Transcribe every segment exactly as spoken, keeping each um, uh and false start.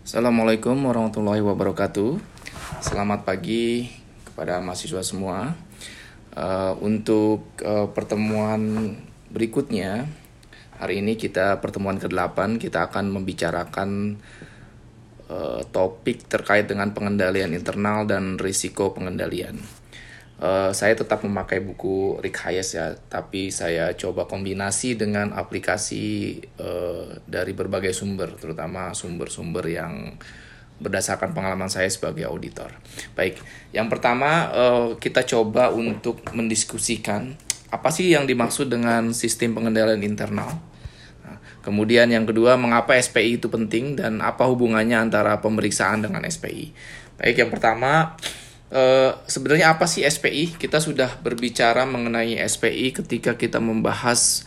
Assalamualaikum warahmatullahi wabarakatuh. Selamat pagi kepada mahasiswa semua. Uh, untuk uh, pertemuan berikutnya, hari ini kita pertemuan kedelapan, kita akan membicarakan uh, topik terkait dengan pengendalian internal dan risiko pengendalian. Uh, saya tetap memakai buku Rick Hayes ya, tapi saya coba kombinasi dengan aplikasi uh, dari berbagai sumber, terutama sumber-sumber yang berdasarkan pengalaman saya sebagai auditor. Baik, yang pertama uh, kita coba untuk mendiskusikan apa sih yang dimaksud dengan sistem pengendalian internal. Nah, kemudian yang kedua, mengapa S P I itu penting dan apa hubungannya antara pemeriksaan dengan S P I. Baik, yang pertama, Uh, sebenarnya apa sih S P I? Kita sudah berbicara mengenai S P I ketika kita membahas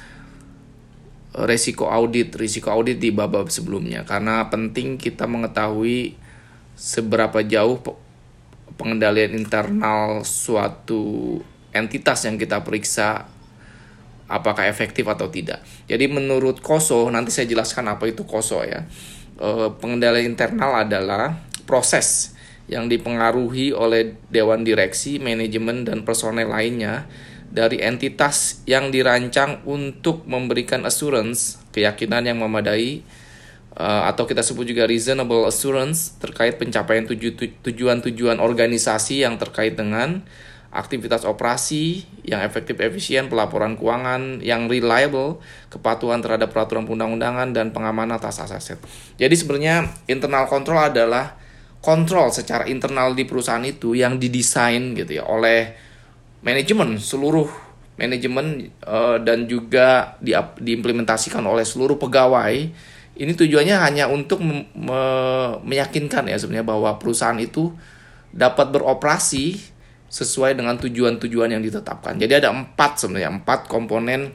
uh, resiko audit, risiko audit di bab sebelumnya. Karena penting kita mengetahui seberapa jauh pengendalian internal suatu entitas yang kita periksa apakah efektif atau tidak. Jadi menurut Koso, nanti saya jelaskan apa itu Koso ya. Uh, pengendalian internal adalah proses yang dipengaruhi oleh dewan direksi, manajemen, dan personel lainnya dari entitas yang dirancang untuk memberikan assurance, keyakinan yang memadai, uh, atau kita sebut juga reasonable assurance terkait pencapaian tuju- tujuan-tujuan organisasi yang terkait dengan aktivitas operasi yang efektif, efisien, pelaporan keuangan yang reliable, kepatuhan terhadap peraturan perundang-undangan, dan pengamanan atas aset. Jadi sebenarnya internal control adalah kontrol secara internal di perusahaan itu yang didesain gitu ya oleh manajemen, seluruh manajemen uh, dan juga di, diimplementasikan oleh seluruh pegawai. Ini tujuannya hanya untuk me, me, meyakinkan ya sebenarnya bahwa perusahaan itu dapat beroperasi sesuai dengan tujuan-tujuan yang ditetapkan. Jadi ada empat sebenarnya empat komponen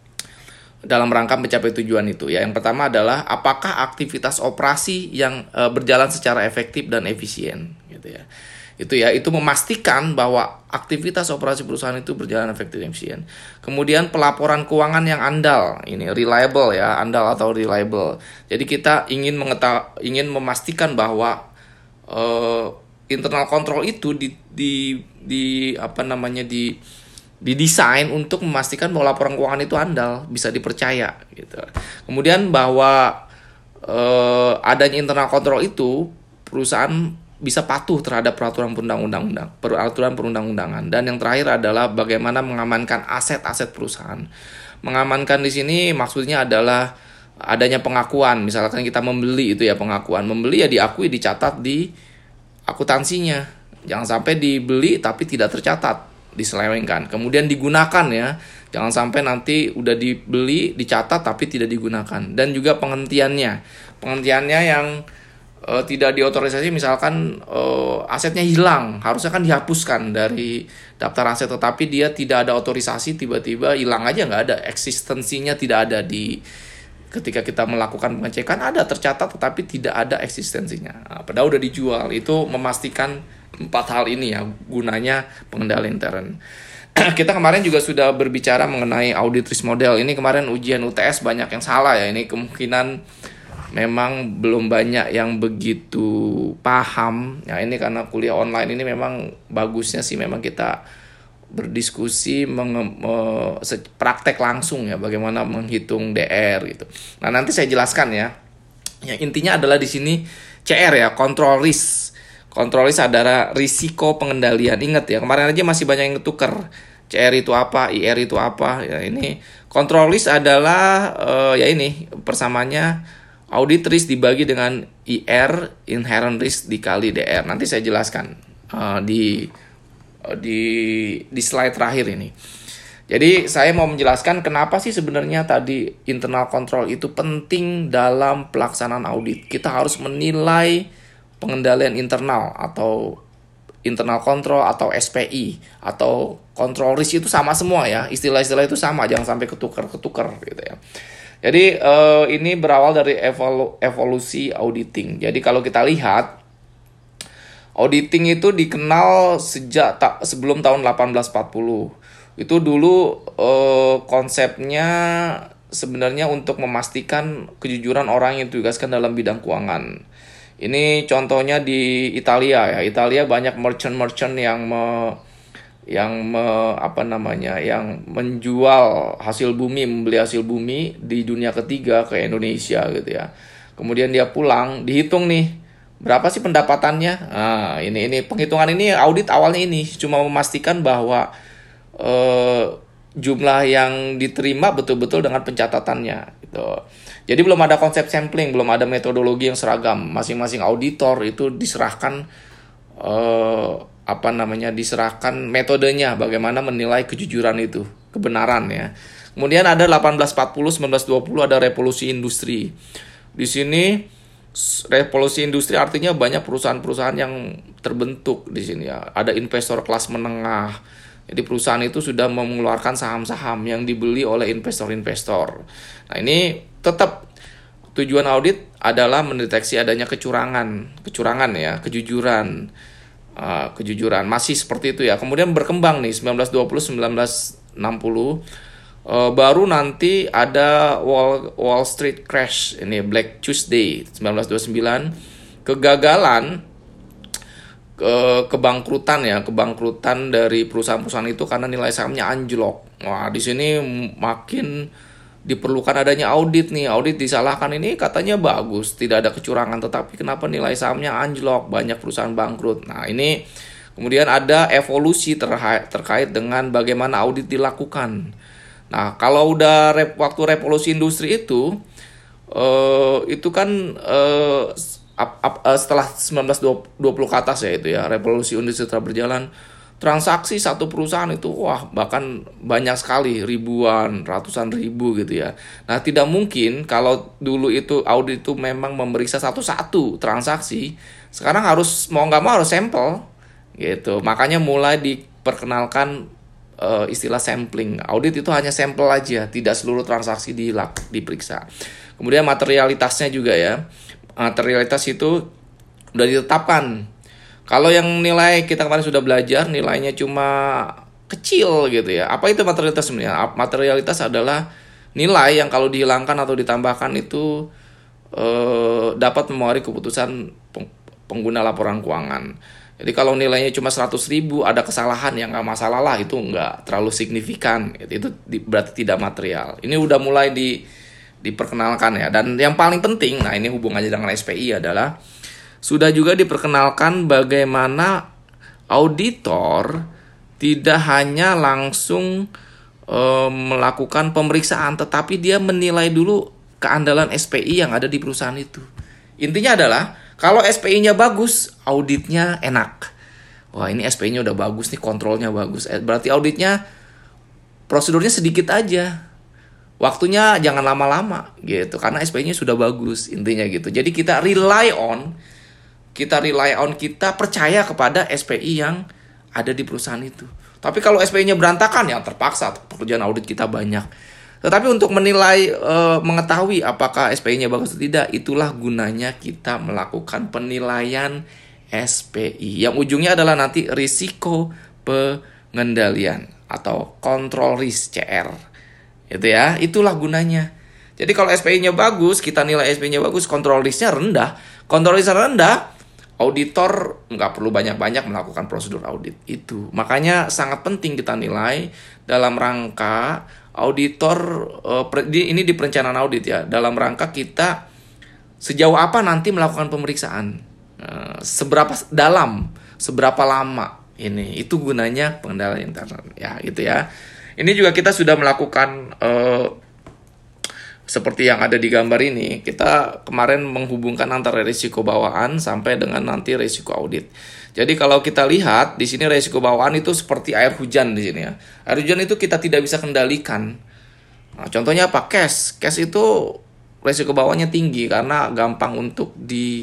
dalam rangka mencapai tujuan itu ya. Yang pertama adalah apakah aktivitas operasi yang e, berjalan secara efektif dan efisien gitu ya. Itu ya, itu memastikan bahwa aktivitas operasi perusahaan itu berjalan efektif dan efisien. Kemudian pelaporan keuangan yang andal, ini reliable ya, andal atau reliable. Jadi kita ingin mengetahui, ingin memastikan bahwa e, internal control itu di di di apa namanya di didesain untuk memastikan bahwa laporan keuangan itu andal, bisa dipercaya gitu. Kemudian bahwa eh, adanya internal control itu perusahaan bisa patuh terhadap peraturan perundang-undang, peraturan perundang-undangan. Dan yang terakhir adalah bagaimana mengamankan aset-aset perusahaan. Mengamankan di sini maksudnya adalah adanya pengakuan. Misalkan kita membeli itu ya pengakuan, membeli ya diakui, dicatat di akuntansinya. Jangan sampai dibeli tapi tidak tercatat, diselewengkan, kemudian digunakan ya, jangan sampai nanti udah dibeli dicatat tapi tidak digunakan. Dan juga penghentiannya, penghentiannya yang e, tidak diotorisasi, misalkan e, asetnya hilang, harusnya kan dihapuskan dari daftar aset, tetapi dia tidak ada otorisasi, tiba-tiba hilang aja, nggak ada eksistensinya, tidak ada di ketika kita melakukan pengecekan, ada tercatat tetapi tidak ada eksistensinya. Nah, padahal udah dijual. Itu memastikan empat hal ini ya gunanya pengendalian intern. Kita kemarin juga sudah berbicara mengenai audit risk model. Ini kemarin ujian U T S banyak yang salah ya. Ini kemungkinan memang belum banyak yang begitu paham. Ya ini karena kuliah online ini memang bagusnya sih memang kita berdiskusi menge- me- praktek langsung ya bagaimana menghitung D R gitu. Nah, nanti saya jelaskan ya. Yang intinya adalah di sini C R ya, control risk. Control risk adalah risiko pengendalian. Ingat ya, kemarin aja masih banyak yang ketuker. C R itu apa, I R itu apa. Ya ini control risk adalah uh, ya ini persamanya audit risk dibagi dengan I R inherent risk dikali D R. Nanti saya jelaskan uh, di uh, di di slide terakhir ini. Jadi saya mau menjelaskan kenapa sih sebenarnya tadi internal control itu penting dalam pelaksanaan audit. Kita harus menilai pengendalian internal atau internal control atau S P I atau control risk itu sama semua ya, istilah-istilah itu sama, jangan sampai ketukar-ketukar gitu ya. Jadi uh, ini berawal dari evolu- evolusi auditing. Jadi kalau kita lihat auditing itu dikenal sejak ta- sebelum tahun delapan belas empat puluh. Itu dulu uh, konsepnya sebenarnya untuk memastikan kejujuran orang yang ditugaskan dalam bidang keuangan. Ini contohnya di Italia ya. Italia banyak merchant-merchant yang me, yang me, apa namanya, yang menjual hasil bumi, membeli hasil bumi di dunia ketiga ke Indonesia gitu ya. Kemudian dia pulang, dihitung nih berapa sih pendapatannya. Nah, ini ini penghitungan ini audit awalnya ini cuma memastikan bahwa eh, jumlah yang diterima betul-betul dengan pencatatannya gitu. Jadi belum ada konsep sampling, belum ada metodologi yang seragam. Masing-masing auditor itu diserahkan eh, apa namanya? diserahkan metodenya bagaimana menilai kejujuran itu, kebenaran ya. Kemudian ada delapan belas empat puluh sembilan belas dua puluh ada revolusi industri. Di sini revolusi industri artinya banyak perusahaan-perusahaan yang terbentuk di sini ya. Ada investor kelas menengah. Jadi perusahaan itu sudah mengeluarkan saham-saham yang dibeli oleh investor-investor. Nah, ini tetap tujuan audit adalah mendeteksi adanya kecurangan, kecurangan ya, kejujuran. Uh, kejujuran masih seperti itu ya. Kemudian berkembang nih sembilan belas dua puluh sembilan belas enam puluh. Uh, baru nanti ada Wall, Wall Street Crash, ini Black Tuesday sembilan belas dua puluh sembilan, kegagalan, ke kebangkrutan ya, kebangkrutan dari perusahaan-perusahaan itu karena nilai sahamnya anjlok. Wah, di sini makin diperlukan adanya audit nih. Audit disalahkan, ini katanya bagus, tidak ada kecurangan, tetapi kenapa nilai sahamnya anjlok, banyak perusahaan bangkrut. Nah, ini kemudian ada evolusi terkait terkait dengan bagaimana audit dilakukan. Nah, kalau udah rep, waktu revolusi industri itu, uh, itu kan uh, up, up, uh, setelah sembilan belas dua puluh ke atas ya itu ya, revolusi industri telah berjalan, transaksi satu perusahaan itu wah bahkan banyak sekali, ribuan, ratusan ribu gitu ya. Nah, tidak mungkin kalau dulu itu audit itu memang memeriksa satu-satu transaksi, sekarang harus mau nggak mau harus sampel gitu. Makanya mulai diperkenalkan Uh, istilah sampling. Audit itu hanya sampel aja, tidak seluruh transaksi dilak, diperiksa. Kemudian materialitasnya juga ya. Materialitas itu udah ditetapkan. Kalau yang nilai kita kemarin sudah belajar nilainya cuma kecil gitu ya. Apa itu materialitas sebenarnya? Materialitas adalah nilai yang kalau dihilangkan atau ditambahkan itu uh, dapat mempengaruhi keputusan pengguna laporan keuangan. Jadi kalau nilainya cuma seratus ribu, ada kesalahan yang nggak masalah lah, itu nggak terlalu signifikan. Itu berarti tidak material. Ini udah mulai di, diperkenalkan ya. Dan yang paling penting, nah ini hubungannya dengan S P I adalah sudah juga diperkenalkan bagaimana auditor tidak hanya langsung e, melakukan pemeriksaan, tetapi dia menilai dulu keandalan S P I yang ada di perusahaan itu. Intinya adalah kalau S P I-nya bagus, auditnya enak. Wah, ini S P I-nya udah bagus nih, kontrolnya bagus. Berarti auditnya prosedurnya sedikit aja. Waktunya jangan lama-lama gitu, karena S P I-nya sudah bagus, intinya gitu. Jadi kita rely on kita rely on kita percaya kepada S P I yang ada di perusahaan itu. Tapi kalau S P I-nya berantakan ya terpaksa pekerjaan audit kita banyak. Tetapi untuk menilai, e, mengetahui apakah S P I-nya bagus atau tidak, itulah gunanya kita melakukan penilaian S P I. Yang ujungnya adalah nanti risiko pengendalian atau control risk C R. Itu ya, itulah gunanya. Jadi kalau S P I-nya bagus, kita nilai S P I-nya bagus, control risk-nya rendah. Control risk-nya rendah, auditor nggak perlu banyak-banyak melakukan prosedur audit itu. Makanya sangat penting kita nilai dalam rangka auditor, uh, ini di perencanaan audit ya, dalam rangka kita sejauh apa nanti melakukan pemeriksaan, uh, seberapa dalam, seberapa lama, ini itu gunanya pengendalian internal ya gitu ya. Ini juga kita sudah melakukan uh, seperti yang ada di gambar ini. Kita kemarin menghubungkan antara risiko bawaan sampai dengan nanti risiko audit. Jadi kalau kita lihat di sini risiko bawaan itu seperti air hujan di sini ya. Air hujan itu kita tidak bisa kendalikan. Nah, contohnya apa? Cash. Cash itu risiko bawaannya tinggi karena gampang untuk di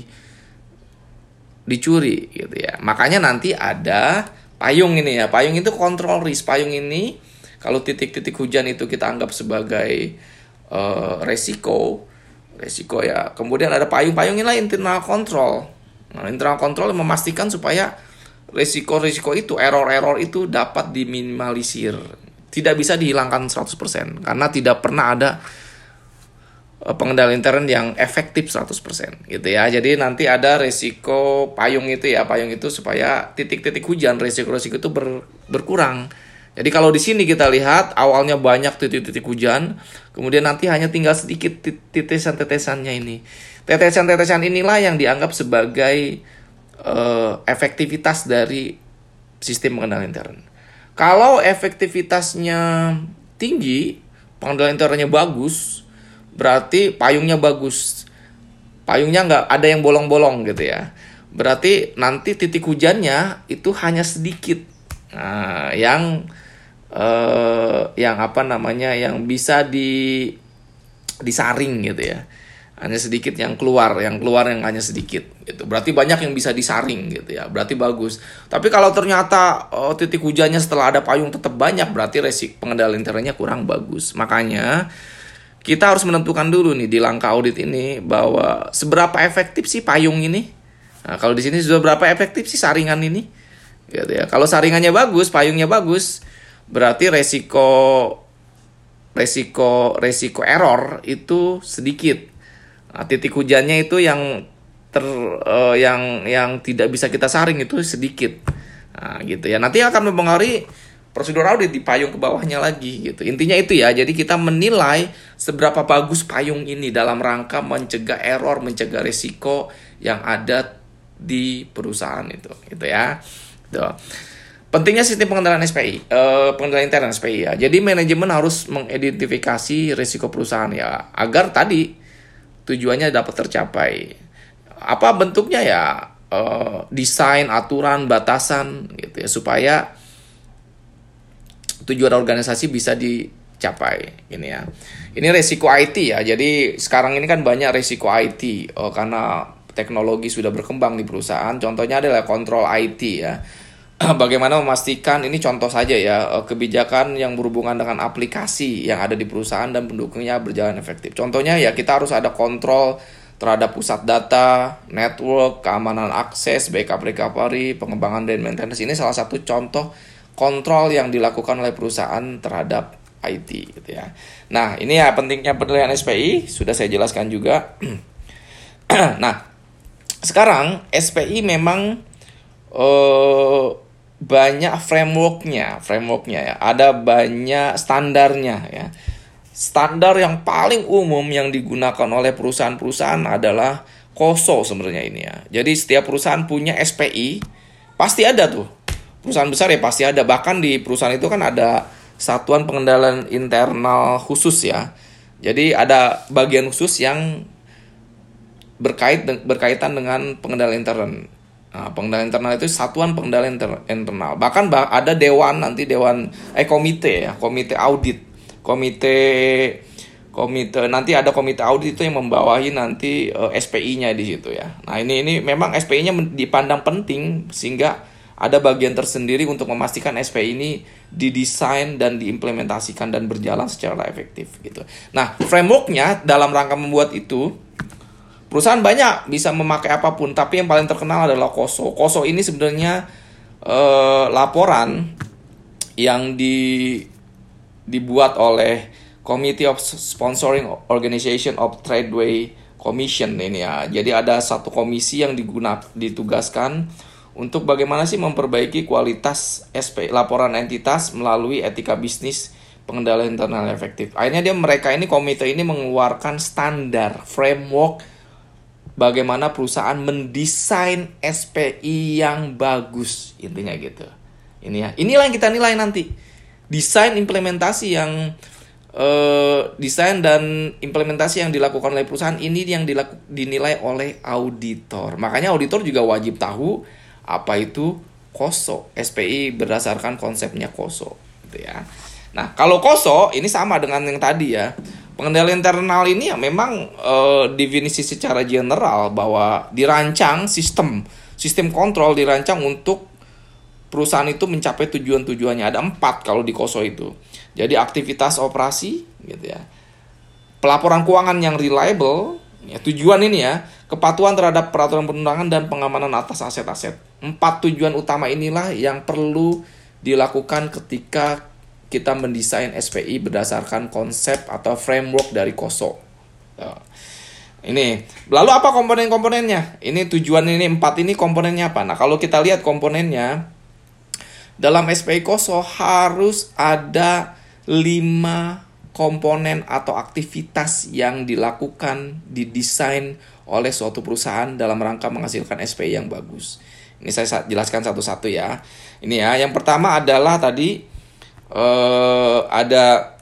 dicuri gitu ya. Makanya nanti ada payung ini ya. Payung itu kontrol risk. Payung ini kalau titik-titik hujan itu kita anggap sebagai uh, resiko, resiko ya. Kemudian ada payung-payung ini lah internal control. Nah, internal control memastikan supaya risiko-risiko itu, error-error itu dapat diminimalisir. Tidak bisa dihilangkan seratus persen karena tidak pernah ada pengendalian intern yang efektif seratus persen gitu ya. Jadi nanti ada resiko payung itu ya, payung itu supaya titik-titik hujan, resiko-resiko itu ber, berkurang. Jadi kalau di sini kita lihat awalnya banyak titik-titik hujan, kemudian nanti hanya tinggal sedikit tetesan-tetesannya ini. Tetesan-tetesan inilah yang dianggap sebagai uh, efektivitas dari sistem pengendalian intern. Kalau efektivitasnya tinggi, pengendalian internnya bagus, berarti payungnya bagus. Payungnya nggak ada yang bolong-bolong gitu ya. Berarti nanti titik hujannya itu hanya sedikit. Nah, yang eh, yang apa namanya, yang bisa di disaring gitu ya. Hanya sedikit yang keluar, yang keluar yang hanya sedikit gitu. Berarti banyak yang bisa disaring gitu ya. Berarti bagus. Tapi kalau ternyata oh, titik hujannya setelah ada payung tetap banyak, berarti resiko pengendalian internnya kurang bagus. Makanya kita harus menentukan dulu nih di langkah audit ini bahwa seberapa efektif sih payung ini. Nah, kalau di sini sudah berapa efektif sih saringan ini, gitu ya. Kalau saringannya bagus, payungnya bagus, berarti resiko resiko resiko error itu sedikit. Nah, titik hujannya itu yang ter uh, yang yang tidak bisa kita saring itu sedikit. Nah, gitu ya. Nanti akan mempengaruhi prosedur audit di payung ke bawahnya lagi gitu. Intinya itu ya. Jadi kita menilai seberapa bagus payung ini dalam rangka mencegah error, mencegah risiko yang ada di perusahaan itu, gitu ya. Tuh. Pentingnya sistem pengendalian S P I, eh, pengendalian intern S P I ya. Jadi manajemen harus mengidentifikasi risiko perusahaan ya, agar tadi tujuannya dapat tercapai. Apa bentuknya ya? Eh, desain, aturan, batasan gitu ya, supaya tujuan organisasi bisa dicapai gini ya. Ini resiko I T ya. Jadi sekarang ini kan banyak resiko I T oh, karena teknologi sudah berkembang di perusahaan. Contohnya adalah kontrol I T ya. Bagaimana memastikan, ini contoh saja ya, kebijakan yang berhubungan dengan aplikasi yang ada di perusahaan dan pendukungnya berjalan efektif. Contohnya ya, kita harus ada kontrol terhadap pusat data, network, keamanan akses, backup recovery, pengembangan dan maintenance. Ini salah satu contoh kontrol yang dilakukan oleh perusahaan terhadap I T gitu ya. Nah, ini ya pentingnya penilaian S P I, sudah saya jelaskan juga. Nah, sekarang S P I memang uh, banyak frameworknya, frameworknya ya. Ada banyak standarnya ya. Standar yang paling umum yang digunakan oleh perusahaan-perusahaan adalah C O S O sebenarnya ini ya. Jadi setiap perusahaan punya S P I, pasti ada tuh. Perusahaan besar ya pasti ada. Bahkan di perusahaan itu kan ada satuan pengendalian internal khusus ya. Jadi ada bagian khusus yang berkait berkaitan dengan pengendalian intern. Nah, pengendalian internal itu satuan pengendalian inter- internal. Bahkan bah- ada dewan nanti dewan eh komite ya, komite audit, komite komite nanti ada komite audit itu yang membawahi nanti uh, S P I-nya di situ ya. Nah ini ini memang S P I-nya dipandang penting sehingga ada bagian tersendiri untuk memastikan S P I ini didesain dan diimplementasikan dan berjalan secara efektif gitu. Nah frameworknya dalam rangka membuat itu, perusahaan banyak bisa memakai apapun, tapi yang paling terkenal adalah C O S O. C O S O ini sebenarnya eh, laporan yang di, dibuat oleh Committee of Sponsoring Organization of Tradeway Commission ini ya. Jadi ada satu komisi yang digunakan, ditugaskan untuk bagaimana sih memperbaiki kualitas S P I, laporan entitas melalui etika bisnis pengendalian internal efektif. Akhirnya dia mereka ini komite ini mengeluarkan standar framework bagaimana perusahaan mendesain S P I yang bagus, intinya gitu. Ini ya, inilah yang kita nilai nanti. Desain implementasi yang eh, desain dan implementasi yang dilakukan oleh perusahaan ini yang dilaku, dinilai oleh auditor. Makanya auditor juga wajib tahu apa itu C O S O. S P I berdasarkan konsepnya C O S O, gitu ya. Nah, kalau C O S O ini sama dengan yang tadi ya. Pengendalian internal ini ya memang e, definisi secara general bahwa dirancang sistem sistem kontrol dirancang untuk perusahaan itu mencapai tujuan-tujuannya. Ada empat kalau di C O S O itu. Jadi aktivitas operasi gitu ya. Pelaporan keuangan yang reliable, ya, tujuan ini ya, kepatuhan terhadap peraturan perundangan dan pengamanan atas aset-aset. Empat tujuan utama inilah yang perlu dilakukan ketika kita mendesain S P I berdasarkan konsep atau framework dari C O S O. Tuh. Ini. Lalu apa komponen-komponennya? Ini tujuan ini empat ini komponennya apa? Nah, kalau kita lihat komponennya dalam S P I KOSO harus ada lima komponen atau aktivitas yang dilakukan, didesain oleh suatu perusahaan dalam rangka menghasilkan S P I yang bagus. Ini saya jelaskan satu-satu ya. Ini ya, yang pertama adalah tadi uh, ada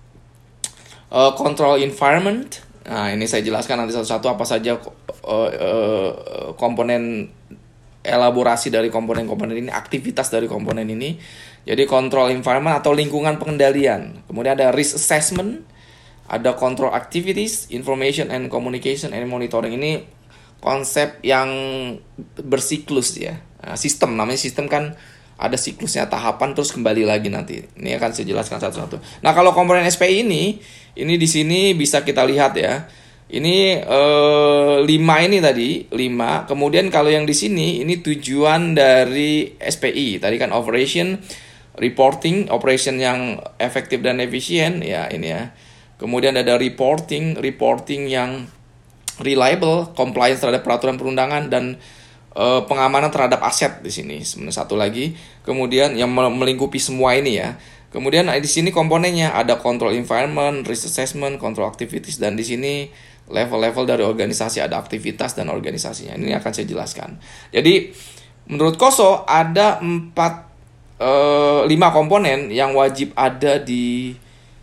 uh, control environment. Nah, ini saya jelaskan nanti satu-satu apa saja uh, uh, komponen elaborasi dari komponen-komponen ini, aktivitas dari komponen ini. Jadi control environment atau lingkungan pengendalian. Kemudian ada risk assessment, ada control activities, information and communication and monitoring. Ini konsep yang bersiklus ya. Nah, sistem namanya sistem kan ada siklusnya, tahapan terus kembali lagi nanti. Ini akan saya jelaskan satu-satu. Nah, kalau komponen S P I ini, ini di sini bisa kita lihat ya. Ini eh, lima ini tadi, lima. Kemudian kalau yang di sini, ini tujuan dari S P I. Tadi kan operation, reporting, operation yang efektif dan efisien, ya ini ya. Kemudian ada reporting, reporting yang reliable, compliance terhadap peraturan perundangan, dan eh, pengamanan terhadap aset di sini. Sebenarnya satu lagi. Kemudian yang melingkupi semua ini ya. Kemudian di sini komponennya ada control environment, risk assessment, control activities, dan di sini level-level dari organisasi, ada aktivitas dan organisasinya. Ini akan saya jelaskan. Jadi menurut KOSO ada empat eh, lima komponen yang wajib ada di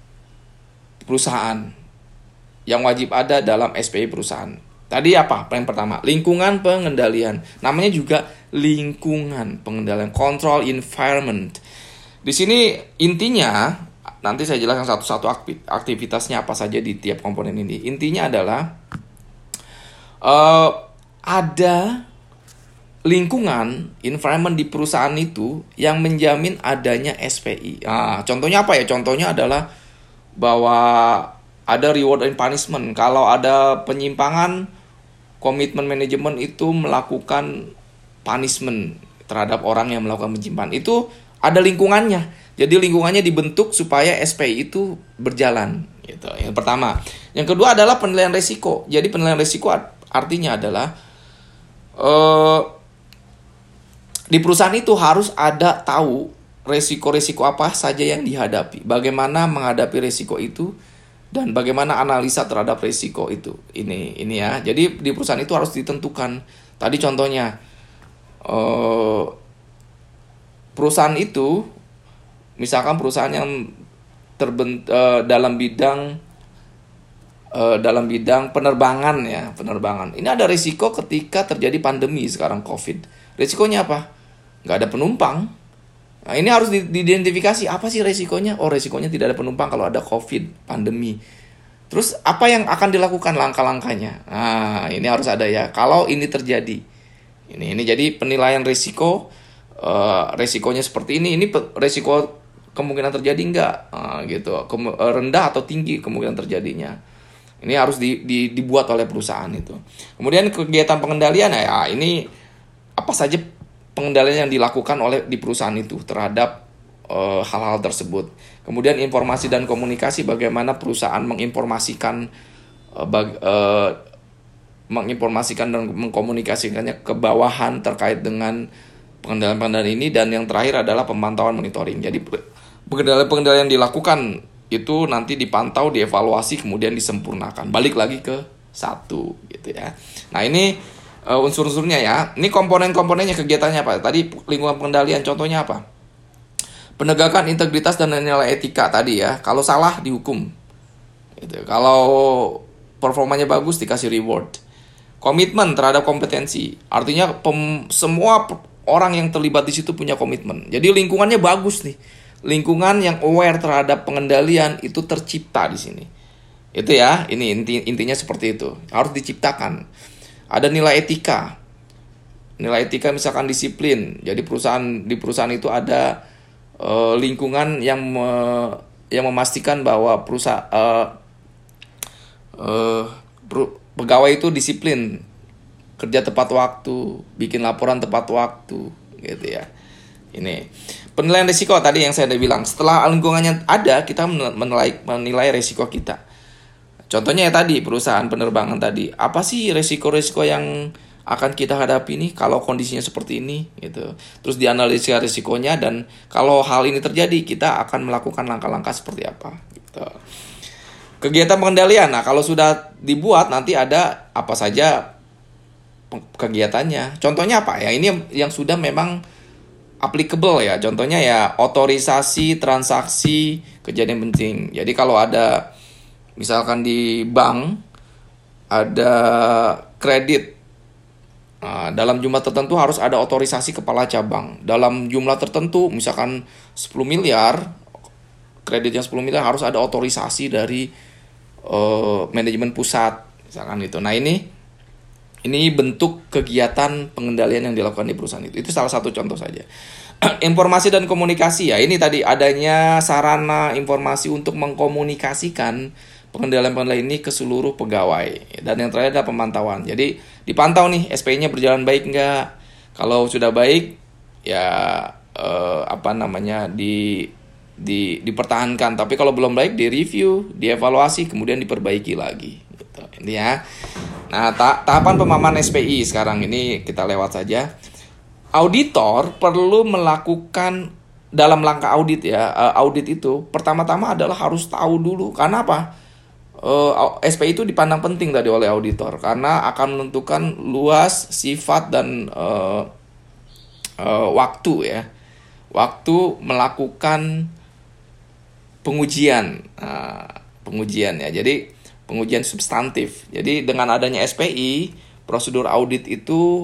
perusahaan, yang wajib ada dalam S P I perusahaan. Tadi apa? Yang pertama, lingkungan pengendalian. Namanya juga lingkungan pengendalian, control environment. Di sini intinya, nanti saya jelaskan satu-satu aktivitasnya apa saja di tiap komponen ini. Intinya adalah uh, ada lingkungan, environment di perusahaan itu yang menjamin adanya S P I. Nah, contohnya apa ya? Contohnya adalah bahwa ada reward and punishment. Kalau ada penyimpangan, komitmen manajemen itu melakukan punishment terhadap orang yang melakukan penyimpangan. Itu ada lingkungannya. Jadi lingkungannya dibentuk supaya S P I itu berjalan. Gitu. Yang pertama. Yang kedua adalah penilaian risiko. Jadi penilaian risiko artinya adalah uh, di perusahaan itu harus ada tahu risiko-risiko apa saja yang dihadapi. Bagaimana menghadapi risiko itu dan bagaimana analisa terhadap risiko itu. Ini ini ya. Jadi di perusahaan itu harus ditentukan. Tadi contohnya uh, perusahaan itu, misalkan perusahaan yang terbent uh, dalam bidang uh, dalam bidang penerbangan ya, penerbangan. Ini ada risiko ketika terjadi pandemi sekarang COVID. Risikonya apa? Nggak ada penumpang. Nah, ini harus diidentifikasi apa sih risikonya? Oh, risikonya tidak ada penumpang kalau ada COVID, pandemi. Terus apa yang akan dilakukan langkah-langkahnya? Nah, ini harus ada ya. Kalau ini terjadi, ini ini jadi penilaian risiko. Uh, resikonya seperti ini, ini resiko kemungkinan terjadi enggak, uh, gitu, Kem- rendah atau tinggi kemungkinan terjadinya. Ini harus di, di, dibuat oleh perusahaan itu. Kemudian kegiatan pengendalian ya, ini apa saja pengendalian yang dilakukan oleh di perusahaan itu terhadap uh, hal-hal tersebut. Kemudian informasi dan komunikasi, bagaimana perusahaan menginformasikan uh, bag, uh, menginformasikan dan mengkomunikasikannya ke bawahan terkait dengan pengendalian-pengendalian ini. Dan yang terakhir adalah pemantauan monitoring. Jadi pengendalian-pengendalian yang dilakukan itu nanti dipantau, dievaluasi, kemudian disempurnakan. Balik lagi ke satu gitu ya. Nah, ini uh, unsur-unsurnya ya. Ini komponen-komponennya, kegiatannya apa? Tadi lingkungan pengendalian, contohnya apa? Penegakan integritas dan nilai etika tadi ya. Kalau salah dihukum. Gitu. Kalau performanya bagus dikasih reward. Komitmen terhadap kompetensi. Artinya pem, semua orang yang terlibat di situ punya komitmen. Jadi lingkungannya bagus nih. Lingkungan yang aware terhadap pengendalian itu tercipta di sini. Itu ya, ini inti, intinya seperti itu. Harus diciptakan. Ada nilai etika. Nilai etika misalkan disiplin. Jadi perusahaan di perusahaan itu ada uh, lingkungan yang me, yang memastikan bahwa perusahaan uh, uh, pegawai itu disiplin, kerja tepat waktu, bikin laporan tepat waktu, gitu ya. Ini penilaian risiko tadi yang saya udah bilang. Setelah lingkungannya ada, kita menilai menilai risiko kita. Contohnya ya tadi, perusahaan penerbangan tadi. Apa sih resiko-resiko yang akan kita hadapi nih kalau kondisinya seperti ini gitu. Terus dianalisa risikonya, dan kalau hal ini terjadi kita akan melakukan langkah-langkah seperti apa gitu. Kegiatan pengendalian. Nah, kalau sudah dibuat nanti ada apa saja kegiatannya. Contohnya apa ya? Ini yang sudah memang applicable ya. Contohnya ya otorisasi transaksi kejadian penting. Jadi kalau ada misalkan di bank ada kredit, nah, dalam jumlah tertentu harus ada otorisasi kepala cabang. Dalam jumlah tertentu misalkan sepuluh miliar, kreditnya sepuluh miliar harus ada otorisasi dari uh, manajemen pusat misalkan itu. Nah, ini ini bentuk kegiatan pengendalian yang dilakukan di perusahaan itu. Itu salah satu contoh saja. Informasi dan komunikasi ya. Ini tadi adanya sarana informasi untuk mengkomunikasikan pengendalian-pengendalian ini ke seluruh pegawai. Dan yang terakhir adalah pemantauan. Jadi dipantau nih S P I-nya berjalan baik enggak. Kalau sudah baik ya eh, apa namanya di di dipertahankan. Tapi kalau belum baik direview, dievaluasi, kemudian diperbaiki lagi. Gitu. Ini ya. Nah, ta- tahapan pemahaman S P I sekarang ini kita lewat saja. Auditor perlu melakukan dalam langkah audit ya. Audit itu pertama-tama adalah harus tahu dulu. Karena apa? Uh, S P I itu dipandang penting tadi oleh auditor karena akan menentukan luas, sifat, dan uh, uh, waktu ya, waktu melakukan pengujian, uh, pengujian ya. Jadi pengujian substantif. Jadi dengan adanya S P I, prosedur audit itu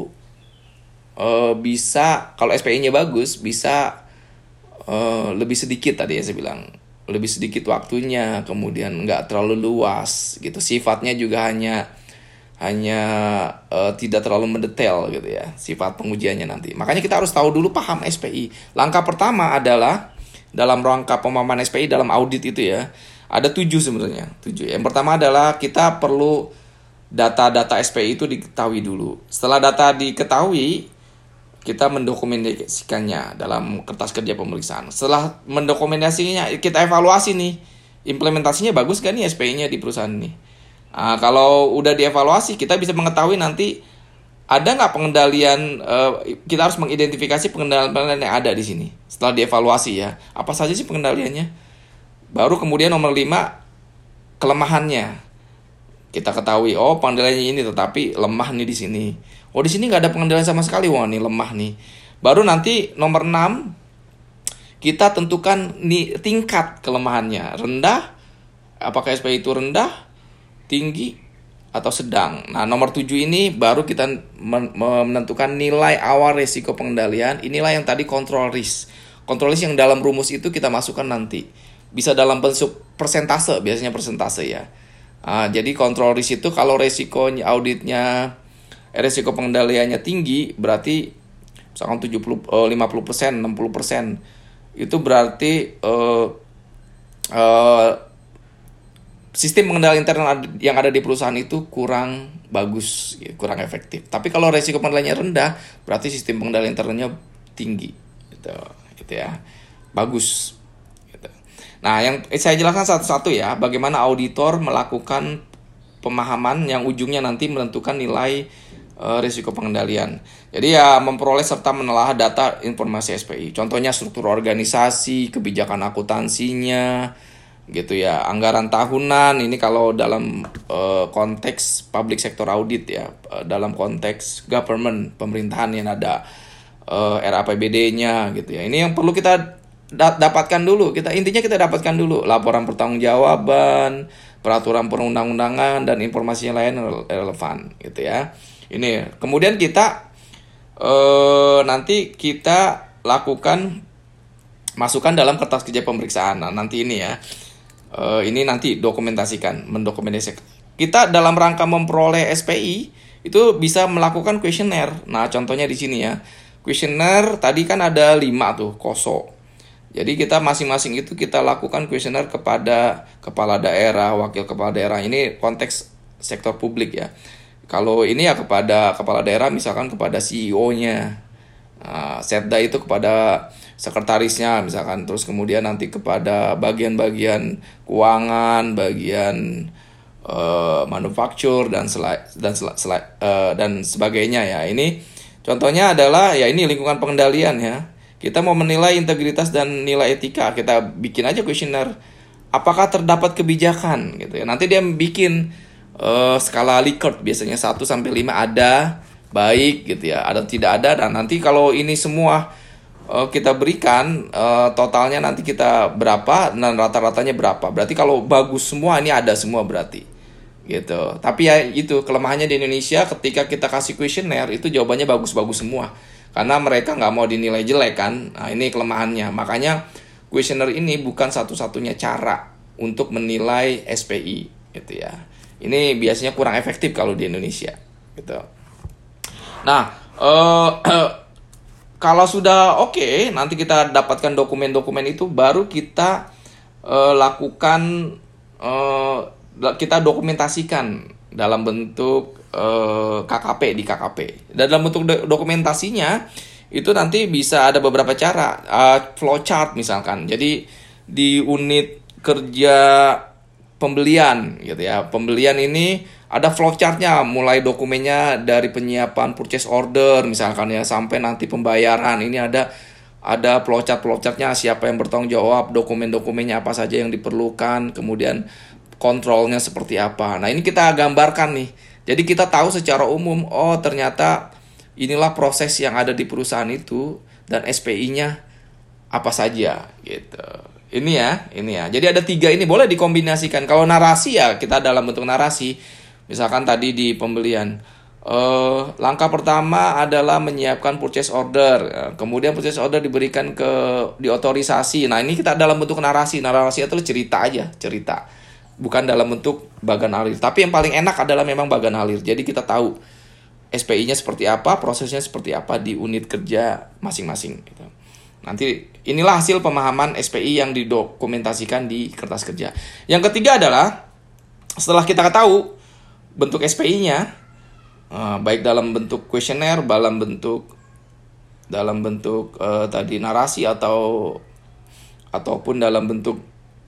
uh, bisa, kalau S P I-nya bagus, bisa uh, lebih sedikit tadi ya saya bilang. Lebih sedikit waktunya, kemudian nggak terlalu luas gitu. Sifatnya juga hanya hanya uh, tidak terlalu mendetail gitu ya, sifat pengujiannya nanti. Makanya kita harus tahu dulu, paham S P I. Langkah pertama adalah dalam rangka pemahaman S P I dalam audit itu ya, ada tujuh sebenarnya. Tujuh. Yang pertama adalah kita perlu data-data S P I itu diketahui dulu. Setelah data diketahui, kita mendokumentasikannya dalam kertas kerja pemeriksaan. Setelah mendokumentasinya, kita evaluasi nih, implementasinya bagus kan nih S P I-nya di perusahaan ini. Nah, kalau udah dievaluasi, kita bisa mengetahui nanti ada nggak pengendalian, uh, kita harus mengidentifikasi pengendalian yang ada di sini. Setelah dievaluasi ya, apa saja sih pengendaliannya. Baru kemudian nomor lima, kelemahannya. Kita ketahui, oh pengendaliannya ini tetapi lemah nih di sini. Oh di sini nggak ada pengendalian sama sekali, wah nih lemah nih. Baru nanti nomor enam, kita tentukan nih tingkat kelemahannya, rendah, apakah S P I itu rendah, tinggi, atau sedang. Nah nomor tujuh ini baru kita men- menentukan nilai awal resiko pengendalian. Inilah yang tadi control risk. Control risk yang dalam rumus itu kita masukkan nanti. Bisa dalam bentuk persentase, biasanya persentase ya. Nah, jadi control risk itu kalau resikonya auditnya, resiko pengendaliannya tinggi, berarti misalkan tujuh puluh, lima puluh persen, enam puluh persen. Itu berarti uh, uh, sistem pengendalian internal yang ada di perusahaan itu kurang bagus, kurang efektif. Tapi kalau resiko pengendaliannya rendah, berarti sistem pengendalian internalnya tinggi, gitu, gitu ya, bagus. Gitu. Nah, yang saya jelaskan satu-satu ya, bagaimana auditor melakukan pemahaman yang ujungnya nanti menentukan nilai uh, risiko pengendalian. Jadi ya memperoleh serta menelaah data informasi S P I. Contohnya struktur organisasi, kebijakan akuntansinya, gitu ya, anggaran tahunan. Ini kalau dalam uh, konteks public sector audit ya, uh, dalam konteks government, pemerintahan yang ada uh, R A P B D-nya gitu ya. Ini yang perlu kita da- dapatkan dulu. Kita intinya kita dapatkan dulu laporan pertanggungjawaban, peraturan perundang-undangan, dan informasi yang lain relevan gitu ya. Ini kemudian kita uh, nanti kita lakukan masukkan dalam kertas kerja pemeriksaan. Nah, nanti ini ya. Uh, ini nanti dokumentasikan, mendokumentasikan. Kita dalam rangka memperoleh S P I itu bisa melakukan kuesioner. Nah, contohnya di sini ya. Kuesioner tadi kan ada lima tuh, koso. Jadi kita masing-masing itu kita lakukan kuesioner kepada kepala daerah, wakil kepala daerah. Ini konteks sektor publik ya. Kalau ini ya kepada kepala daerah, misalkan kepada C E O-nya. Nah, Setda itu kepada sekretarisnya misalkan, terus kemudian nanti kepada bagian-bagian keuangan, bagian uh, manufacture dan sela, dan sela, sela, uh, dan sebagainya ya. Ini contohnya adalah ya ini lingkungan pengendalian ya. Kita mau menilai integritas dan nilai etika, kita bikin aja kuesioner. Apakah terdapat kebijakan gitu ya. Nanti dia bikin uh, skala Likert, biasanya satu sampai lima ada, baik gitu ya, ada tidak ada, dan nanti kalau ini semua uh, kita berikan uh, totalnya nanti kita berapa dan rata-ratanya berapa. Berarti kalau bagus semua ini ada semua berarti. Gitu. Tapi ya itu kelemahannya di Indonesia, ketika kita kasih kuesioner itu jawabannya bagus-bagus semua. Karena mereka nggak mau dinilai jelek kan. Nah ini kelemahannya. Makanya kuesioner ini bukan satu-satunya cara untuk menilai S P I gitu ya. Ini biasanya kurang efektif kalau di Indonesia gitu. Nah, eh, kalau sudah oke, okay, nanti kita dapatkan dokumen-dokumen itu, baru kita eh, lakukan eh, kita dokumentasikan dalam bentuk eh, K K P di K K P. Dan dalam bentuk do- dokumentasinya itu nanti bisa ada beberapa cara, uh, flowchart misalkan. Jadi di unit kerja pembelian gitu ya, pembelian ini ada flowchartnya, mulai dokumennya dari penyiapan purchase order misalkan ya, sampai nanti pembayaran. Ini ada ada flowchart flowchartnya, siapa yang bertanggung jawab, dokumen-dokumennya apa saja yang diperlukan, kemudian kontrolnya seperti apa. Nah ini kita gambarkan nih, jadi kita tahu secara umum, oh ternyata inilah proses yang ada di perusahaan itu dan S P I-nya apa saja gitu. Ini ya, ini ya. Jadi ada tiga ini, boleh dikombinasikan. Kalau narasi ya kita dalam bentuk narasi. Misalkan tadi di pembelian, uh, langkah pertama adalah menyiapkan purchase order. Kemudian purchase order diberikan ke diotorisasi. Nah ini kita dalam bentuk narasi. Narasi itu cerita aja, cerita. Bukan dalam bentuk bagan alir. Tapi yang paling enak adalah memang bagan alir. Jadi kita tahu S P I-nya seperti apa, prosesnya seperti apa di unit kerja masing-masing gitu. Nanti inilah hasil pemahaman S P I yang didokumentasikan di kertas kerja. Yang ketiga adalah setelah kita tahu bentuk S P I-nya, uh, baik dalam bentuk kuesioner, dalam bentuk dalam bentuk uh, tadi narasi atau ataupun dalam bentuk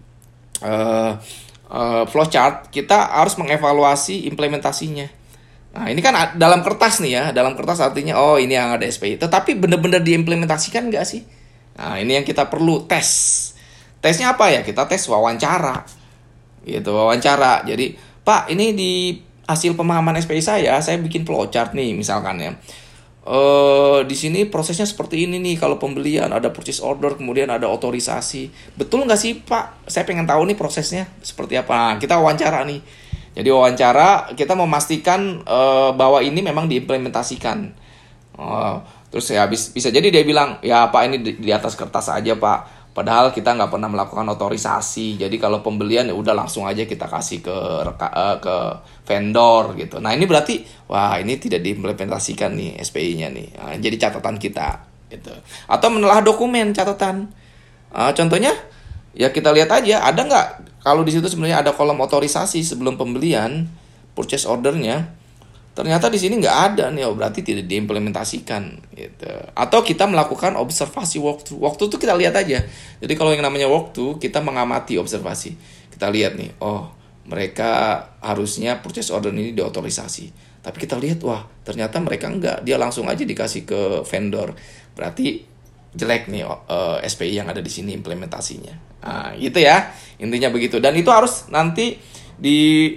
uh, uh, flowchart, kita harus mengevaluasi implementasinya. Nah ini kan dalam kertas nih ya, dalam kertas artinya oh ini yang ada S P I, tetapi benar-benar diimplementasikan nggak sih? Nah ini yang kita perlu tes. Tesnya apa ya? Kita tes wawancara, gitu, wawancara. Jadi Pak, ini di hasil pemahaman S P I saya, saya bikin flowchart nih misalkan ya. Uh, di sini prosesnya seperti ini nih, kalau pembelian ada purchase order, kemudian ada otorisasi. Betul nggak sih Pak? Saya pengen tahu nih prosesnya seperti apa. Nah, kita wawancara nih. Jadi wawancara kita memastikan uh, bahwa ini memang diimplementasikan. Uh, terus ya bis, bisa jadi dia bilang, ya Pak ini di, di atas kertas aja Pak. Padahal kita nggak pernah melakukan otorisasi. Jadi kalau pembelian ya udah langsung aja kita kasih ke reka, uh, ke vendor gitu. Nah ini berarti wah ini tidak diimplementasikan nih S P I-nya nih. Nah, jadi catatan kita gitu. Atau menelaah dokumen catatan. Uh, contohnya ya kita lihat aja ada nggak, kalau di situ sebenarnya ada kolom otorisasi sebelum pembelian purchase ordernya, ternyata di sini nggak ada nih, oh berarti tidak diimplementasikan gitu. Atau kita melakukan observasi waktu. Waktu itu kita lihat aja. Jadi kalau yang namanya waktu, kita mengamati observasi. Kita lihat nih, oh mereka harusnya purchase order ini diotorisasi. Tapi kita lihat, wah ternyata mereka enggak, dia langsung aja dikasih ke vendor. Berarti jelek nih uh, S P I yang ada di sini implementasinya. Nah, gitu ya. Intinya begitu. Dan itu harus nanti di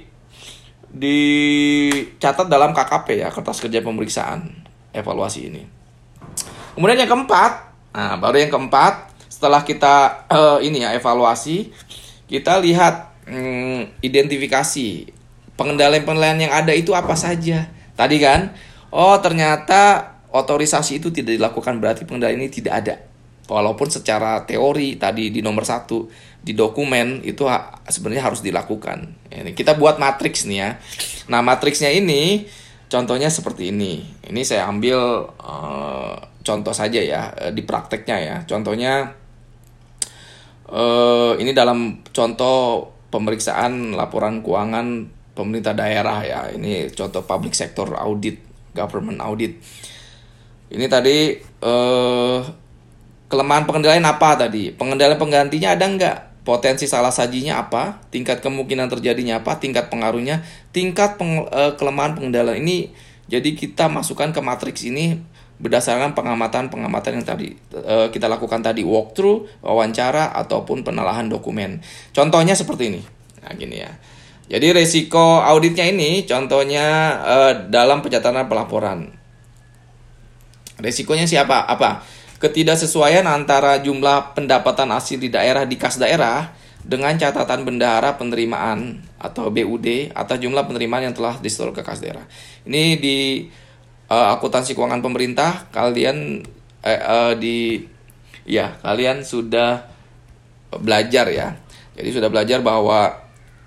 dicatat dalam K K P ya, kertas kerja pemeriksaan evaluasi ini. Kemudian yang keempat, nah baru yang keempat, setelah kita uh, ini ya evaluasi, kita lihat hmm, identifikasi pengendalian-pengendalian yang ada itu apa saja. Tadi kan, oh ternyata otorisasi itu tidak dilakukan, berarti pengendalian ini tidak ada. Walaupun secara teori tadi di nomor satu di dokumen itu ha- sebenarnya harus dilakukan. Ini kita buat matriks nih ya. Nah matriksnya ini contohnya seperti ini. Ini saya ambil uh, contoh saja ya uh, di prakteknya ya. Contohnya uh, ini dalam contoh pemeriksaan laporan keuangan pemerintah daerah ya. Ini contoh public sector audit, government audit. Ini tadi uh, kelemahan pengendalian apa tadi? Pengendalian penggantinya ada nggak? potensi salah sajinya apa, tingkat kemungkinan terjadinya apa, tingkat pengaruhnya, tingkat peng, uh, kelemahan pengendalian. Ini jadi kita masukkan ke matriks ini berdasarkan pengamatan-pengamatan yang tadi uh, kita lakukan tadi, walkthrough, wawancara, ataupun penelahan dokumen. Contohnya seperti ini. Nah, gini ya. Jadi resiko auditnya ini contohnya uh, dalam pencatatan pelaporan. Resikonya siapa? Apa? Ketidaksesuaian antara jumlah pendapatan asli di daerah di kas daerah dengan catatan bendahara penerimaan atau B U D atau jumlah penerimaan yang telah disetor ke kas daerah. Ini di uh, akuntansi keuangan pemerintah kalian eh, uh, di ya kalian sudah belajar ya. Jadi sudah belajar bahwa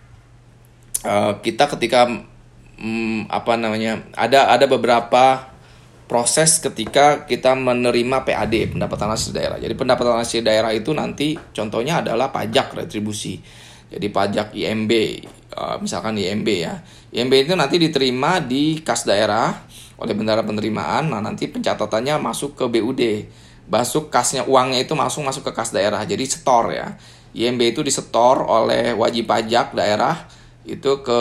uh, kita ketika um, apa namanya ada ada beberapa proses ketika kita menerima P A D, pendapatan asli daerah. Jadi pendapatan asli daerah itu nanti contohnya adalah pajak retribusi. Jadi pajak I M B, misalkan I M B ya. I M B itu nanti diterima di kas daerah oleh bendahara penerimaan. Nah, nanti pencatatannya masuk ke B U D. Masuk kasnya, uangnya itu masuk masuk ke kas daerah. Jadi setor ya. I M B itu disetor oleh wajib pajak daerah itu ke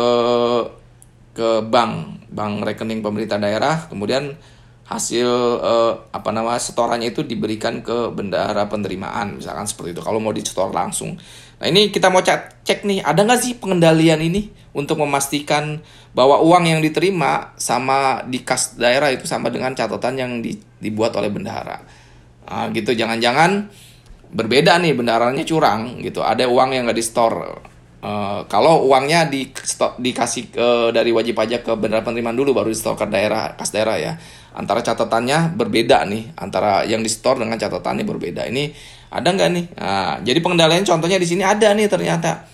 ke bank, bank rekening pemerintah daerah. Kemudian hasil eh, apa nama setorannya itu diberikan ke bendahara penerimaan, misalkan seperti itu kalau mau disetor langsung. Nah, ini kita mau cek, cek nih ada nggak sih pengendalian ini untuk memastikan bahwa uang yang diterima sama di kas daerah itu sama dengan catatan yang di, dibuat oleh bendahara. Nah, gitu, jangan-jangan berbeda nih, bendaharanya curang gitu, ada uang yang nggak di store. Uh, kalau uangnya di stok, dikasih uh, dari wajib pajak ke bendahara penerimaan dulu baru di store ke daerah, kas daerah ya. Antara catatannya berbeda nih, antara yang di store dengan catatannya berbeda. Ini ada nggak nih? Nah, jadi pengendalian contohnya di sini ada nih ternyata.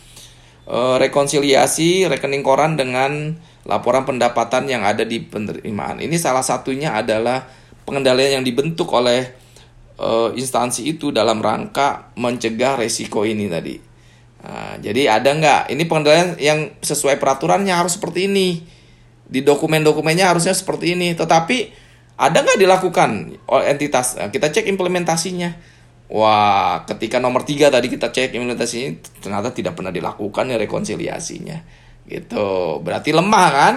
Uh, rekonsiliasi rekening koran dengan laporan pendapatan yang ada di penerimaan. Ini salah satunya adalah pengendalian yang dibentuk oleh uh, instansi itu dalam rangka mencegah resiko ini tadi. Nah, jadi ada nggak? Ini pengendalian yang sesuai peraturannya harus seperti ini. Di dokumen-dokumennya harusnya seperti ini. Tetapi ada nggak dilakukan oleh entitas? Nah, kita cek implementasinya. Wah, ketika nomor tiga tadi kita cek implementasinya, ternyata tidak pernah dilakukan ya rekonsiliasinya. Gitu. Berarti lemah kan?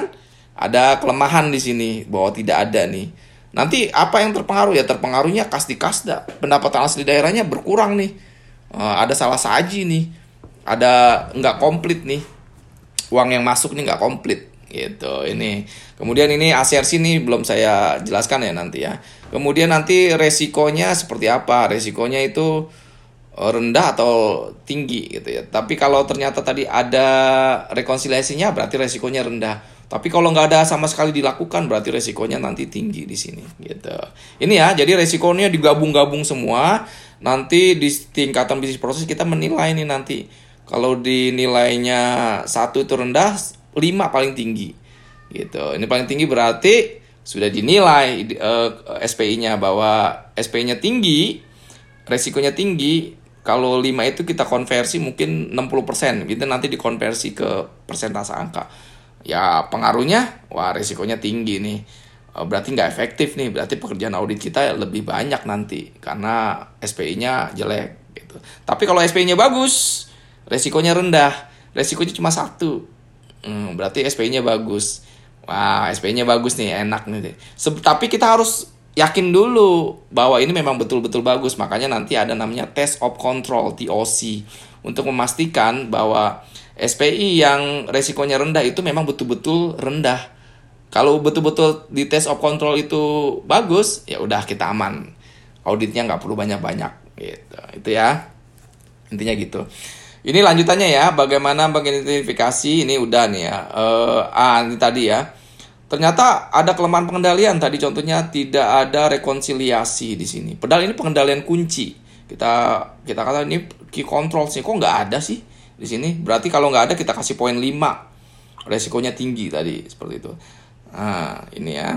Ada kelemahan di sini bahwa tidak ada nih. Nanti apa yang terpengaruh? Ya terpengaruhnya kas di kasda. Pendapatan asli daerahnya berkurang nih. Uh, ada salah saji nih. Ada nggak komplit nih, uang yang masuk nih nggak komplit gitu. Ini kemudian ini A C R C nih belum saya jelaskan ya nanti ya. Kemudian nanti resikonya seperti apa? Resikonya itu rendah atau tinggi gitu ya. Tapi kalau ternyata tadi ada rekonsiliasinya berarti resikonya rendah. Tapi kalau nggak ada sama sekali dilakukan berarti resikonya nanti tinggi di sini gitu. Ini ya, jadi resikonya digabung-gabung semua. Nanti di tingkatan bisnis proses kita menilai nih nanti. Kalau dinilainya satu itu rendah, lima paling tinggi gitu. Ini paling tinggi berarti sudah dinilai uh, S P I-nya bahwa S P I-nya tinggi, resikonya tinggi. Kalau lima itu kita konversi mungkin enam puluh persen gitu, nanti dikonversi ke persentase angka. Ya pengaruhnya, wah resikonya tinggi nih. Uh, berarti nggak efektif nih, berarti pekerjaan audit kita lebih banyak nanti karena S P I-nya jelek gitu. Tapi kalau S P I-nya bagus, resikonya rendah, resikonya cuma satu, hmm, berarti S P I-nya bagus. Wah, S P I-nya bagus nih, enak nih. Se- tapi kita harus yakin dulu bahwa ini memang betul-betul bagus. Makanya nanti ada namanya test of control, T O C, untuk memastikan bahwa S P I yang resikonya rendah itu memang betul-betul rendah. Kalau betul-betul di test of control itu bagus, ya udah kita aman. Auditnya nggak perlu banyak-banyak gitu. Itu ya. Intinya gitu. Ini lanjutannya ya, bagaimana mengidentifikasi, ini udah nih ya. Uh, ah, ini tadi ya. Ternyata ada kelemahan pengendalian, tadi contohnya tidak ada rekonsiliasi di sini. Padahal ini pengendalian kunci. Kita kita kata ini key control sih, kok nggak ada sih di sini? Berarti kalau nggak ada kita kasih poin lima. Resikonya tinggi tadi, seperti itu. Nah, ini ya.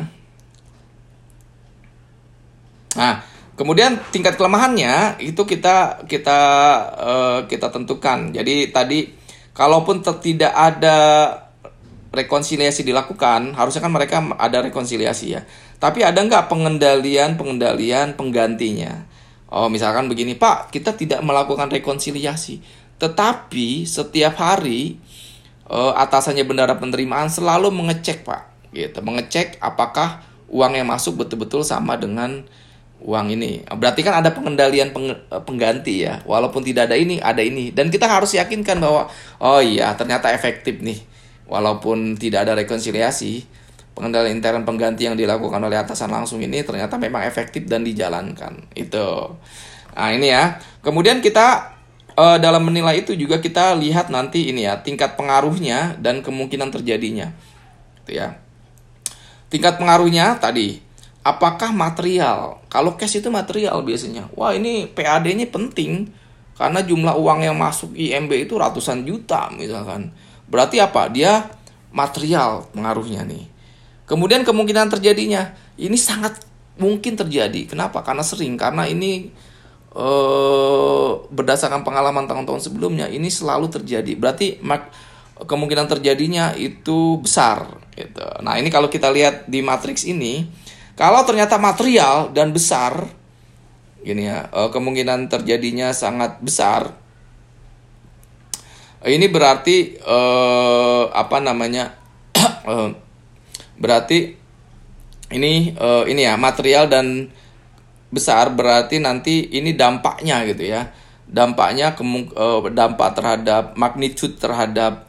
Nah, kemudian tingkat kelemahannya itu kita kita uh, kita tentukan. Jadi tadi kalaupun tidak ada rekonsiliasi dilakukan, harusnya kan mereka ada rekonsiliasi ya. Tapi ada nggak pengendalian pengendalian penggantinya? Oh misalkan begini, Pak, kita tidak melakukan rekonsiliasi, Tetapi setiap hari uh, atasannya bendahara penerimaan selalu mengecek, Pak, gitu, mengecek apakah uang yang masuk betul-betul sama dengan uang ini. Berarti kan ada pengendalian peng, pengganti ya. Walaupun tidak ada ini, ada ini. Dan kita harus yakinkan bahwa oh iya, ternyata efektif nih. Walaupun tidak ada rekonsiliasi, pengendalian intern pengganti yang dilakukan oleh atasan langsung ini ternyata memang efektif dan dijalankan. Itu. Nah, ini ya. Kemudian kita uh, dalam menilai itu juga kita lihat nanti ini ya, tingkat pengaruhnya dan kemungkinan terjadinya. Itu ya. Tingkat pengaruhnya tadi, apakah material? Kalau cash itu material biasanya. Wah, ini P A D-nya penting karena jumlah uang yang masuk I M B itu ratusan juta misalkan. Berarti apa? Dia material pengaruhnya nih. Kemudian kemungkinan terjadinya, ini sangat mungkin terjadi. Kenapa? Karena sering. Karena ini eh, berdasarkan pengalaman tahun-tahun sebelumnya, ini selalu terjadi. Berarti kemungkinan terjadinya itu besar gitu. Nah, ini kalau kita lihat di matriks ini, kalau ternyata material dan besar gini ya, kemungkinan terjadinya sangat besar. Ini berarti eh, apa namanya? berarti ini eh, ini ya, material dan besar berarti nanti ini dampaknya gitu ya. Dampaknya kemung, eh, dampak terhadap magnitude terhadap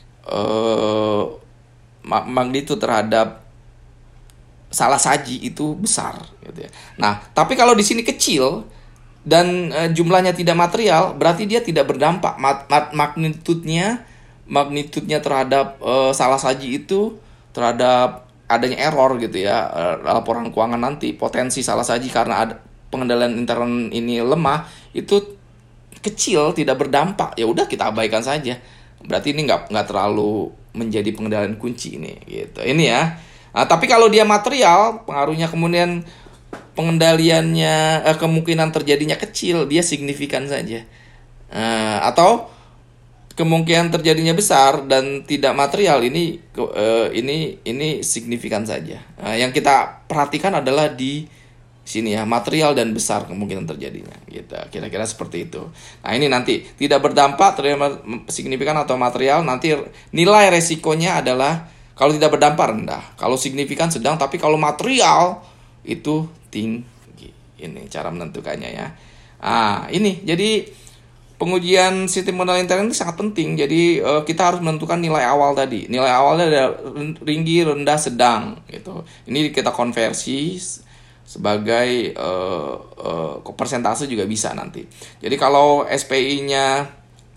Uh, magnitude terhadap salah saji itu besar gitu ya. Nah, tapi kalau di sini kecil dan uh, jumlahnya tidak material, berarti dia tidak berdampak. Mat, mat, magnitudenya magnitudenya terhadap uh, salah saji itu terhadap adanya error gitu ya, uh, laporan keuangan nanti, potensi salah saji karena ada pengendalian intern ini lemah itu kecil, tidak berdampak. Ya udah, kita abaikan saja. Berarti ini nggak nggak terlalu menjadi pengendalian kunci ini gitu. Ini ya. Nah, tapi kalau dia material, pengaruhnya kemudian pengendaliannya eh, kemungkinan terjadinya kecil, dia signifikan saja. Nah, atau kemungkinan terjadinya besar dan tidak material, ini eh, ini ini signifikan saja. Nah, yang kita perhatikan adalah di sini ya, material dan besar kemungkinan terjadinya gitu, kira-kira seperti itu. Nah, ini nanti tidak berdampak terhadap signifikan atau material, nanti nilai resikonya adalah kalau tidak berdampak rendah, kalau signifikan sedang, tapi kalau material itu tinggi. Ini cara menentukannya ya. Ah, ini jadi pengujian sistem modal intern ini sangat penting. Jadi uh, kita harus menentukan nilai awal tadi. Nilai awalnya ada tinggi, rendah, sedang gitu. Ini kita konversi sebagai uh, uh, persentase juga bisa nanti. Jadi kalau S P I-nya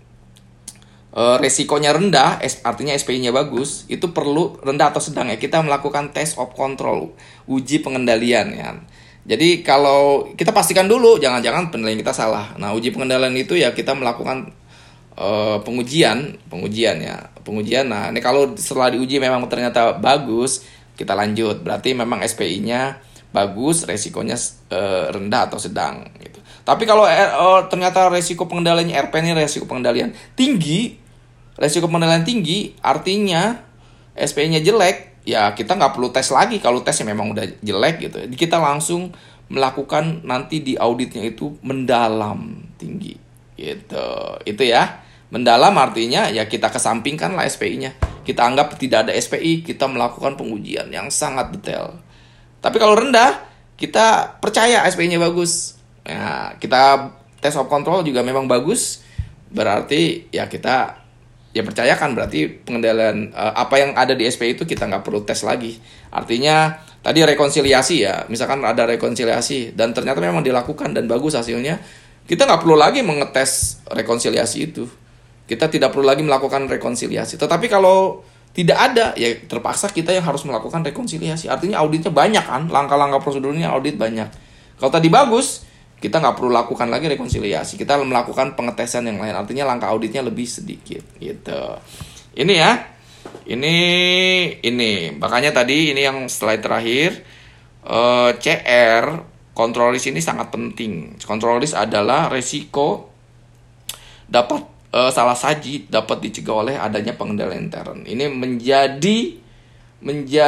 uh, resikonya rendah, artinya S P I-nya bagus, itu perlu rendah atau sedang ya. Kita melakukan test of control, uji pengendalian ya. Jadi kalau kita pastikan dulu, jangan-jangan penilaian kita salah. Nah, uji pengendalian itu ya kita melakukan uh, pengujian, pengujian ya, pengujian. Nah, ini kalau setelah diuji memang ternyata bagus, kita lanjut. Berarti memang S P I-nya bagus, resikonya uh, rendah atau sedang gitu. Tapi kalau uh, ternyata resiko pengendaliannya R P ini resiko pengendalian tinggi, resiko pengendalian tinggi artinya S P I-nya jelek, ya kita nggak perlu tes lagi. Kalau tesnya memang udah jelek gitu, kita langsung melakukan nanti di auditnya itu mendalam tinggi gitu. Itu ya, mendalam artinya ya kita kesampingkan lah S P I-nya, kita anggap tidak ada S P I, kita melakukan pengujian yang sangat detail. Tapi kalau rendah, kita percaya S P I-nya bagus. Nah, kita test of control juga memang bagus. Berarti ya kita ya percayakan, berarti pengendalian uh, apa yang ada di S P I itu kita nggak perlu tes lagi. Artinya tadi rekonsiliasi ya, misalkan ada rekonsiliasi dan ternyata memang dilakukan dan bagus hasilnya, kita nggak perlu lagi mengetes rekonsiliasi itu. Kita tidak perlu lagi melakukan rekonsiliasi. Tetapi kalau tidak ada, ya terpaksa kita yang harus melakukan rekonsiliasi. Artinya auditnya banyak kan, langkah-langkah prosedurnya audit banyak. Kalau tadi bagus, kita nggak perlu lakukan lagi rekonsiliasi. Kita melakukan pengetesan yang lain. Artinya langkah auditnya lebih sedikit gitu. Ini ya, ini ini makanya tadi ini yang slide terakhir, uh, C R control risk ini sangat penting. Control risk adalah resiko dapat Uh, salah saji dapat dicegah oleh adanya pengendalian intern. Ini menjadi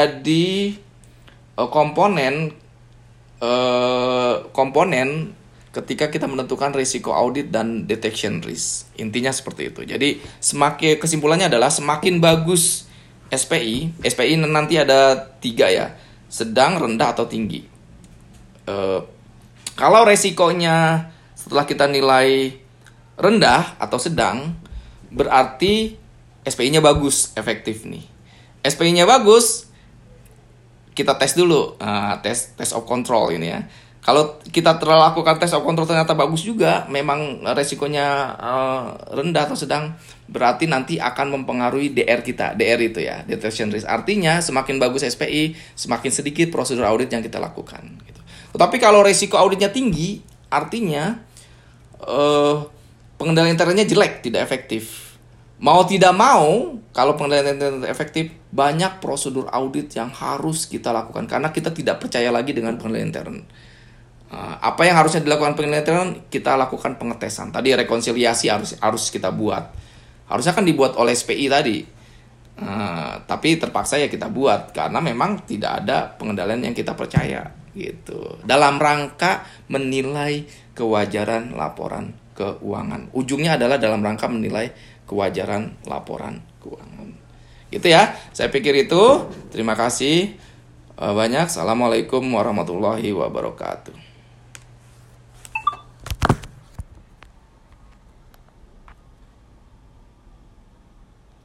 menjadi uh, komponen uh, komponen ketika kita menentukan risiko audit dan detection risk. Intinya seperti itu. Jadi semakin kesimpulannya adalah semakin bagus S P I, S P I nanti ada tiga ya, sedang, rendah, atau tinggi. Uh, kalau resikonya setelah kita nilai rendah atau sedang, berarti S P I-nya bagus, efektif nih. S P I-nya bagus, kita tes dulu, uh, tes test of control ini ya. Kalau kita telah lakukan test of control ternyata bagus juga, memang resikonya uh, rendah atau sedang, berarti nanti akan mempengaruhi D R kita. D R itu ya, detection risk. Artinya semakin bagus S P I, semakin sedikit prosedur audit yang kita lakukan. Gitu. Tetapi kalau resiko auditnya tinggi, artinya uh, pengendalian internnya jelek, tidak efektif. Mau tidak mau, kalau pengendalian intern efektif, banyak prosedur audit yang harus kita lakukan karena kita tidak percaya lagi dengan pengendalian intern. Uh, apa yang harusnya dilakukan penelitian, kita lakukan pengetesan. Tadi rekonsiliasi harus harus kita buat. Harusnya kan dibuat oleh S P I tadi. Uh, tapi terpaksa ya kita buat karena memang tidak ada pengendalian yang kita percaya gitu. Dalam rangka menilai kewajaran laporan keuangan. Ujungnya adalah dalam rangka menilai kewajaran laporan keuangan. Gitu ya. Saya pikir itu. Terima kasih uh, banyak. Assalamualaikum warahmatullahi wabarakatuh.